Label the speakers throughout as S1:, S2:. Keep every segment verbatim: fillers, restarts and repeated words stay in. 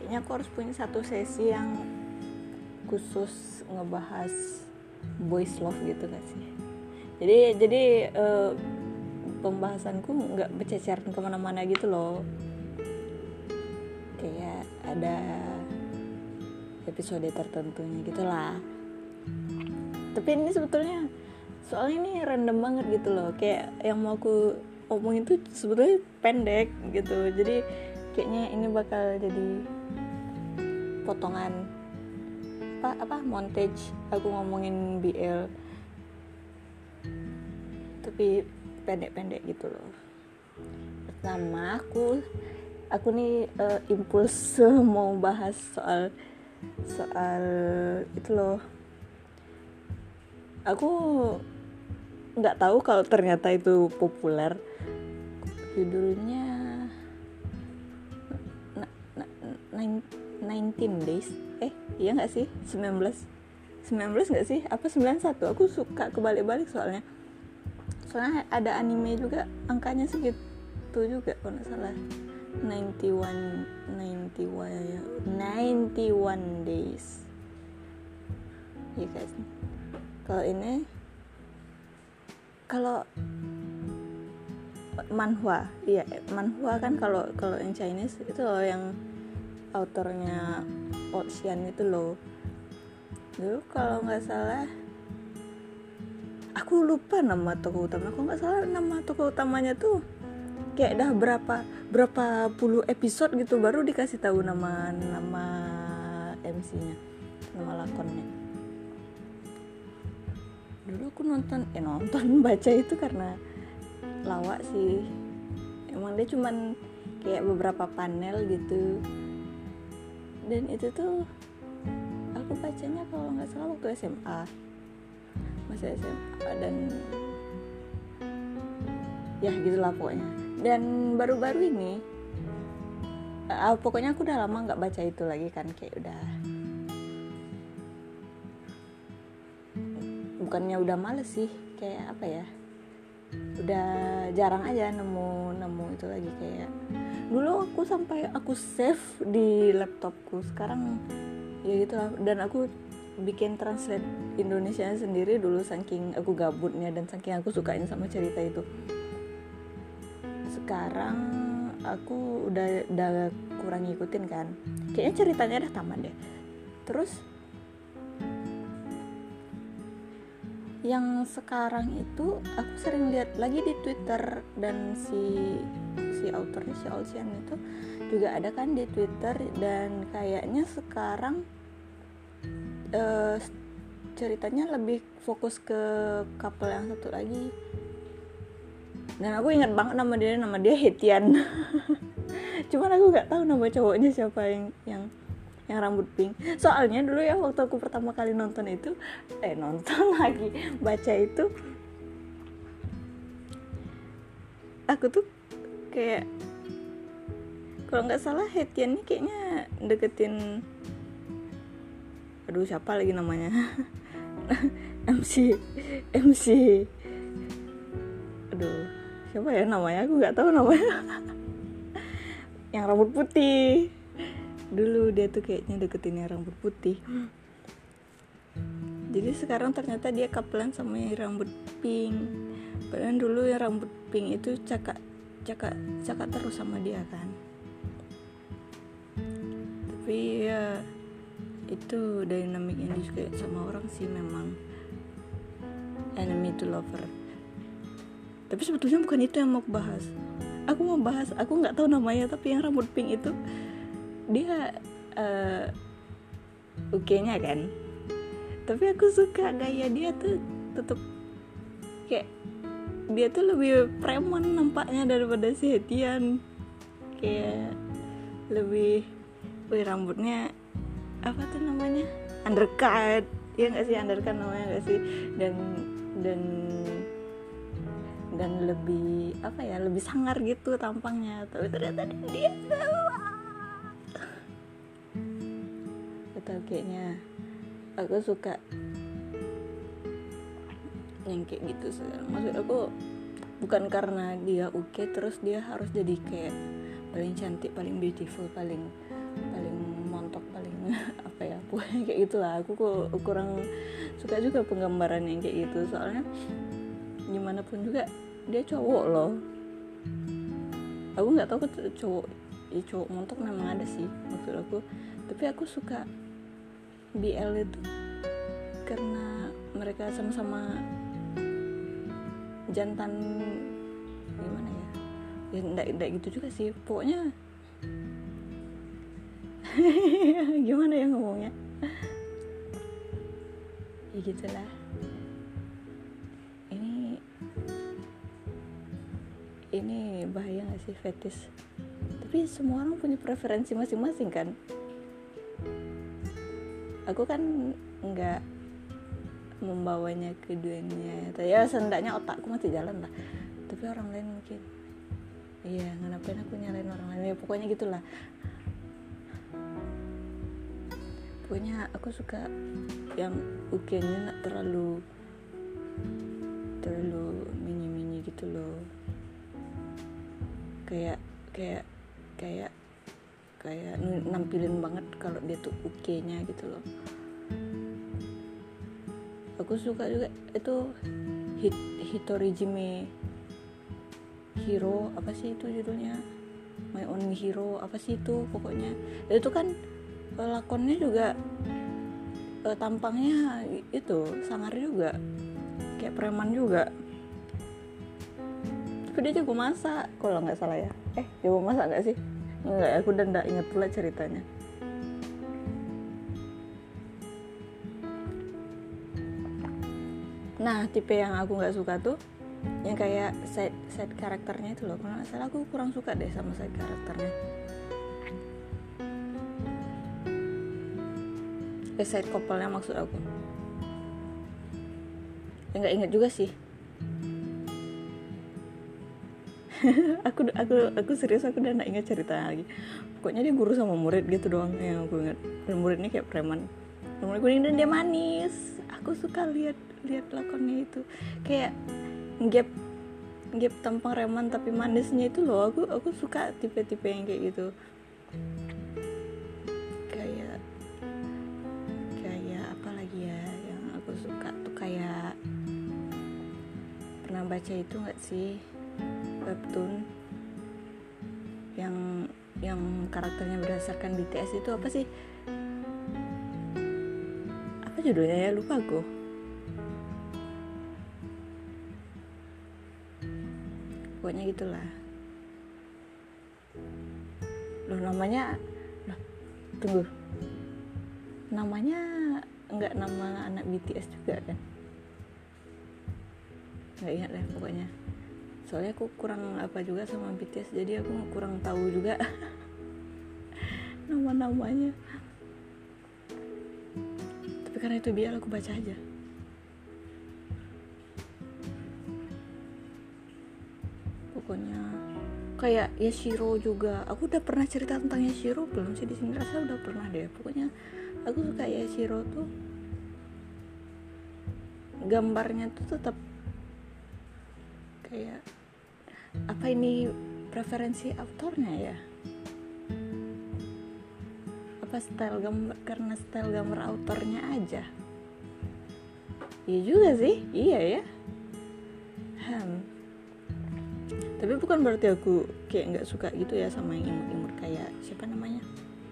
S1: kayaknya aku harus punya satu sesi yang khusus ngebahas boys love gitu gak sih. Jadi jadi uh, pembahasanku nggak bercecer kemana-mana gitu loh, kayak ada episode tertentunya gitulah. Tapi ini sebetulnya soalnya ini random banget gitu loh, kayak yang mau aku omongin tuh sebetulnya pendek gitu. Jadi kayaknya ini bakal jadi potongan apa apa montage aku ngomongin B L, tapi pendek-pendek gitu loh. Pertama aku aku nih uh, impuls mau bahas soal soal itu loh. Aku nggak tahu kalau ternyata itu populer. Judulnya nineteen days. Eh, iya nggak sih? sembilan belas sembilan belas nggak sih? Apa sembilan puluh satu? Aku suka kebalik-balik soalnya. Soalnya ada anime juga angkanya segitu juga kalau nggak salah. ninety-one days. Iya guys. Kalau ini kalau manhwa, iya manhwa kan kalau kalau yang Chinese itu loh, yang autornya Ocean itu loh. Dulu kalau nggak salah, aku lupa nama tokoh utama. Kalau nggak salah nama tokoh utamanya tuh kayak dah berapa berapa puluh episode gitu baru dikasih tahu nama nama M C-nya, nama lakonnya. Dulu aku nonton eh nonton baca itu karena lawak sih. Emang dia cuman kayak beberapa panel gitu. Dan itu tuh aku bacanya kalau nggak salah waktu S M A, masih S M A, dan ya gitulah pokoknya. Dan baru-baru ini uh, pokoknya aku udah lama nggak baca itu lagi kan, kayak udah bukannya udah males sih, kayak apa ya, udah jarang aja nemu nemu itu lagi. Kayak dulu aku sampai aku save di laptopku, sekarang ya gitulah. Dan aku bikin translate Indonesia sendiri dulu saking aku gabutnya dan saking aku sukain sama cerita itu. Sekarang aku udah udah kurang ngikutin kan, kayaknya ceritanya udah tamat deh. Terus yang sekarang itu aku sering lihat lagi di Twitter, dan si si autornya si Ocean itu juga ada kan di Twitter, dan kayaknya sekarang uh, ceritanya lebih fokus ke couple yang satu lagi. Dan aku ingat banget nama dia, nama dia Hetian. Cuman aku nggak tahu nama cowoknya siapa yang yang yang rambut pink. Soalnya dulu ya waktu aku pertama kali nonton itu, eh nonton lagi baca itu, aku tuh kayak kalau nggak salah Hetian ini kayaknya deketin, aduh siapa lagi namanya, M C M C, aduh siapa ya namanya, aku nggak tahu namanya. Yang rambut putih. Dulu dia tuh kayaknya deketin yang rambut putih. Jadi sekarang ternyata dia couplean sama yang rambut pink. Padahal dulu yang rambut pink itu cakap cakap cakap terus sama dia kan. Tapi ya itu dynamicnya juga sama orang sih, memang enemy to lover. Tapi sebetulnya bukan itu yang mau aku bahas. Aku mau bahas, aku nggak tahu namanya, tapi yang rambut pink itu dia uh, oke-nya kan. Tapi aku suka gaya dia tuh, tetep kayak dia tuh lebih preman nampaknya daripada si Hetian. Kayak lebih, wih rambutnya apa tuh namanya, undercut, ya nggak sih, undercut namanya nggak sih, dan dan dan lebih apa ya, lebih sangar gitu tampangnya. Tapi ternyata dia betul, kayaknya aku suka yang kayak gitu sekarang. Maksud aku bukan karena dia oke okay, terus dia harus jadi kayak paling cantik, paling beautiful, paling paling pokoknya kayak gitulah. Aku kok kurang suka juga penggambaran yang kayak gitu, soalnya gimana pun juga dia cowok loh. Aku nggak tahu kok cowok ya, cowok montok memang ada sih maksud aku, tapi aku suka B L itu karena mereka sama-sama jantan, gimana ya, ya enggak, enggak gitu juga sih pokoknya. Gimana ya ngomongnya, ya gitulah. Ini ini bahaya gak sih fetish? Tapi semua orang punya preferensi masing-masing kan. Aku kan nggak membawanya ke dunia, ya seenggaknya otakku masih jalan lah. Tapi orang lain mungkin, iya ngapain aku nyalain orang lain ya, pokoknya gitulah. Pokoknya aku suka yang ukenya nggak terlalu terlalu mini-mini gitu loh, kayak kayak kayak kayak nampilin banget kalau dia tuh ukenya gitu loh. Aku suka juga itu Hit, Hitorijime Hero, apa sih itu judulnya, My Only Hero, apa sih itu pokoknya. Itu kan lakonnya juga eh, tampangnya itu sangar juga, kayak preman juga. Tapi dia jago masak kalau nggak salah ya. Eh jago masak nggak sih? Enggak, aku udah nggak inget pula ceritanya. Nah tipe yang aku nggak suka tuh yang kayak side side karakternya itu loh. Kalau nggak salah aku kurang suka deh sama side karakternya. Eh, side couple-nya maksud aku. Ya nggak inget juga sih. aku aku aku serius aku udah nggak ingat ceritanya lagi. Pokoknya dia guru sama murid gitu doang yang aku ingat. Dan muridnya kayak preman. Rambut kuning dan dia manis. Aku suka lihat lihat lakonnya itu. Kayak gap gap tampang preman tapi manisnya itu loh. Aku aku suka tipe-tipe yang kayak gitu. Kayak kayak apa lagi ya yang aku suka tuh, kayak pernah baca itu nggak sih webtoon yang yang karakternya berdasarkan B T S itu apa sih? Apa judulnya ya, lupa aku. Pokoknya gitulah. Loh namanya, loh tunggu, namanya nggak nama anak B T S juga kan? Nggak ingat deh pokoknya. Soalnya aku kurang apa juga sama B T S, jadi aku kurang tahu juga nama-namanya. Tapi karena itu biar aku baca aja. Pokoknya kayak Yashiro juga. Aku udah pernah cerita tentang Yashiro belum sih di sini? Rasa udah pernah deh. Pokoknya aku suka Yashiro tuh, gambarnya tuh tetap kayak apa, ini preferensi autornya ya, apa style gambar, karena style gambar autornya aja. Iya juga sih, iya ya. hmm. Tapi bukan berarti aku kayak nggak suka gitu ya sama yang imut-imut kayak siapa namanya,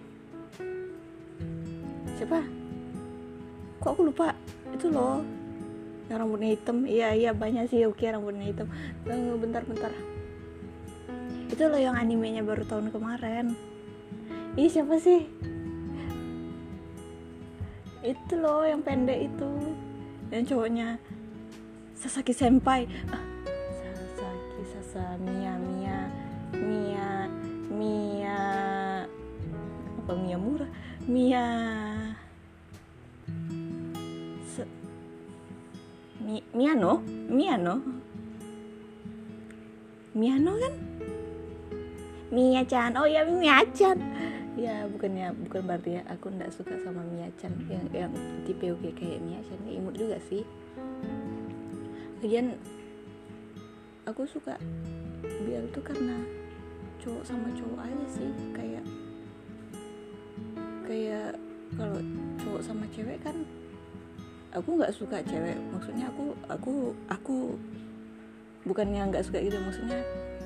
S1: siapa kok aku lupa itu loh yang rambutnya hitam. Iya iya banyak sih, oke rambutnya hitam. Tunggu bentar-bentar, itu loh yang animenya baru tahun kemarin. Ih siapa sih itu loh yang pendek itu, yang cowoknya Sasaki Senpai. ah, Sasaki Sasa Mia Mia Mia Mia apa Mia Murah Mia Mi, Miano, Miano, Miano kan? Mia-chan, oh ya Mia-chan. Ya bukannya bukan berarti ya aku nggak suka sama Mia-chan yang yang tipe oke kayak Mia-chan, imut juga sih. Lagian aku suka biar tuh karena cowok sama cowok aja sih, kayak kayak kalau cowok cowok sama cewek kan, aku nggak suka cewek, maksudnya aku aku aku bukannya nggak suka gitu, maksudnya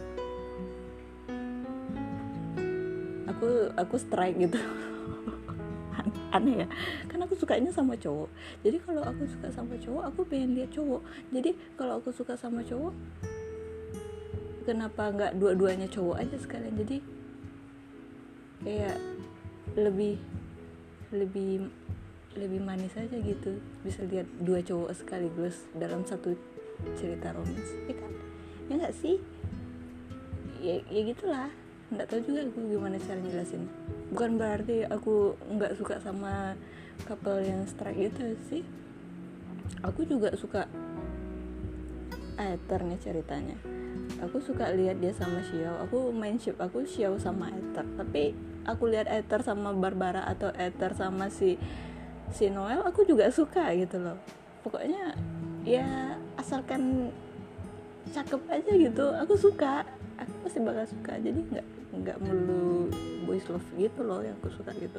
S1: aku aku strike gitu. Aneh ya, kan aku sukanya sama cowok, jadi kalau aku suka sama cowok aku pengen lihat cowok. Jadi kalau aku suka sama cowok, kenapa nggak dua-duanya cowok aja sekalian? Jadi kayak lebih lebih lebih manis aja gitu, bisa lihat dua cowok sekaligus dalam satu cerita romans, ya kan? Ya nggak sih? Ya, ya gitulah. Nggak tahu juga aku gimana cara jelasin. Bukan berarti aku nggak suka sama couple yang strike gitu sih. Aku juga suka Aether nih ceritanya. Aku suka lihat dia sama Xiao. Aku main ship, aku Xiao sama Aether. Tapi aku lihat Aether sama Barbara atau Aether sama si si Noel, aku juga suka gitu loh. Pokoknya ya asalkan cakep aja gitu, aku suka. Aku pasti bakal suka. Jadi nggak nggak melulu boys love gitu loh yang aku suka gitu.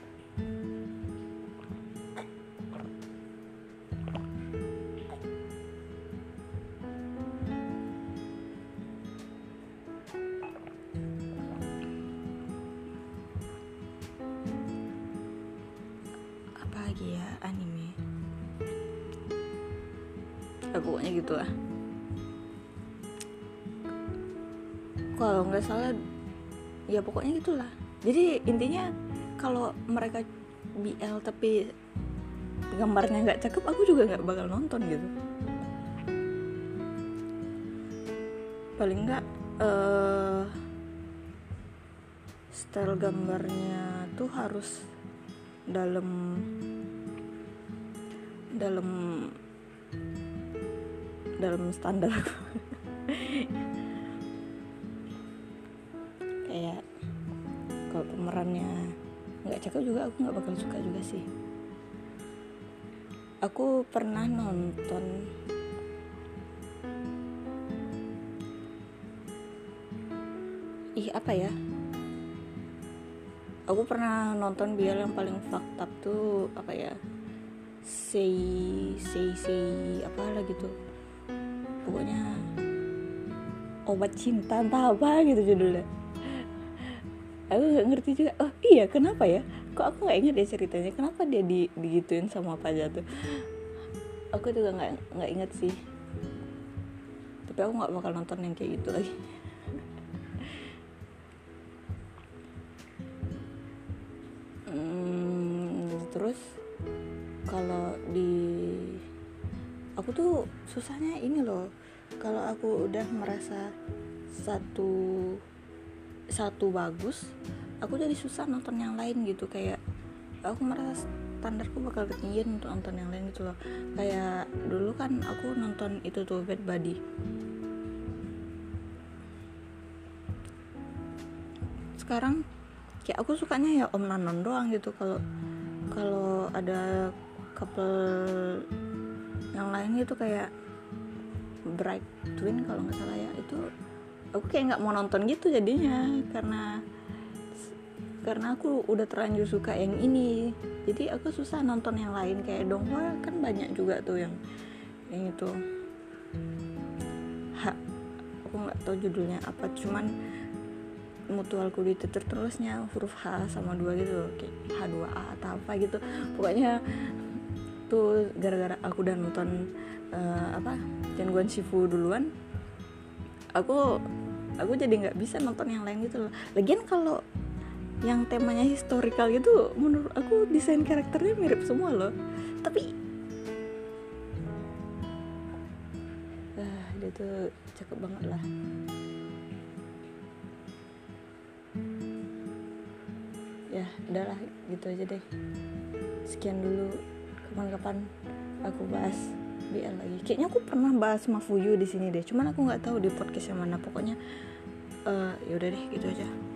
S1: Apa lagi ya anime? Ya, pokoknya gitu lah. Kalau nggak salah ya pokoknya gitulah. Jadi intinya kalau mereka B L tapi gambarnya nggak cakep, aku juga nggak bakal nonton gitu. Paling nggak uh, style gambarnya tuh harus dalam dalam dalam standar aku. Kayak kalau pemerannya nggak cakep juga aku nggak bakal suka juga sih. Aku pernah nonton ih apa ya aku pernah nonton B L yang paling fucked up tuh apa ya say say say apa lah gitu, pokoknya obat cinta entah apa gitu judulnya. Aku nggak ngerti juga. Oh iya, kenapa ya? Kok aku nggak ingat ya ceritanya? Kenapa dia di digituin sama apa aja tuh? Aku juga nggak nggak ingat sih. Tapi aku nggak bakal nonton yang kayak gitu lagi. hmm, terus kalau di aku tuh susahnya ini loh. Kalau aku udah merasa satu satu bagus, aku jadi susah nonton yang lain gitu. Kayak aku merasa standarku bakal ketinggian untuk nonton yang lain gitu loh. Kayak dulu kan aku nonton itu tuh Bad Buddy. Sekarang kayak aku sukanya ya Om Nanon doang gitu. Kalau kalau ada couple yang lain gitu kayak Bright Twin kalau nggak salah ya, itu aku kayak nggak mau nonton gitu jadinya, karena karena aku udah terlanjur suka yang ini, jadi aku susah nonton yang lain. Kayak Donghua kan banyak juga tuh yang yang itu ha, aku nggak tahu judulnya apa, cuman mutualku di Twitter terusnya huruf H sama dua gitu, kayak H dua A atau apa gitu. Pokoknya tuh gara-gara aku udah nonton uh, apa Janguan Shifu duluan, aku aku jadi nggak bisa nonton yang lain gitu loh. Lagian kalau yang temanya historical gitu, menurut aku desain karakternya mirip semua loh. Tapi ah, dia tuh cakep banget lah. Ya udahlah gitu aja deh. Sekian dulu, kapan-kapan aku bahas B L lagi. Kayaknya aku pernah bahas Mafuyu di sini deh, cuman aku nggak tahu di podcast yang mana. Pokoknya uh, ya udah deh gitu aja.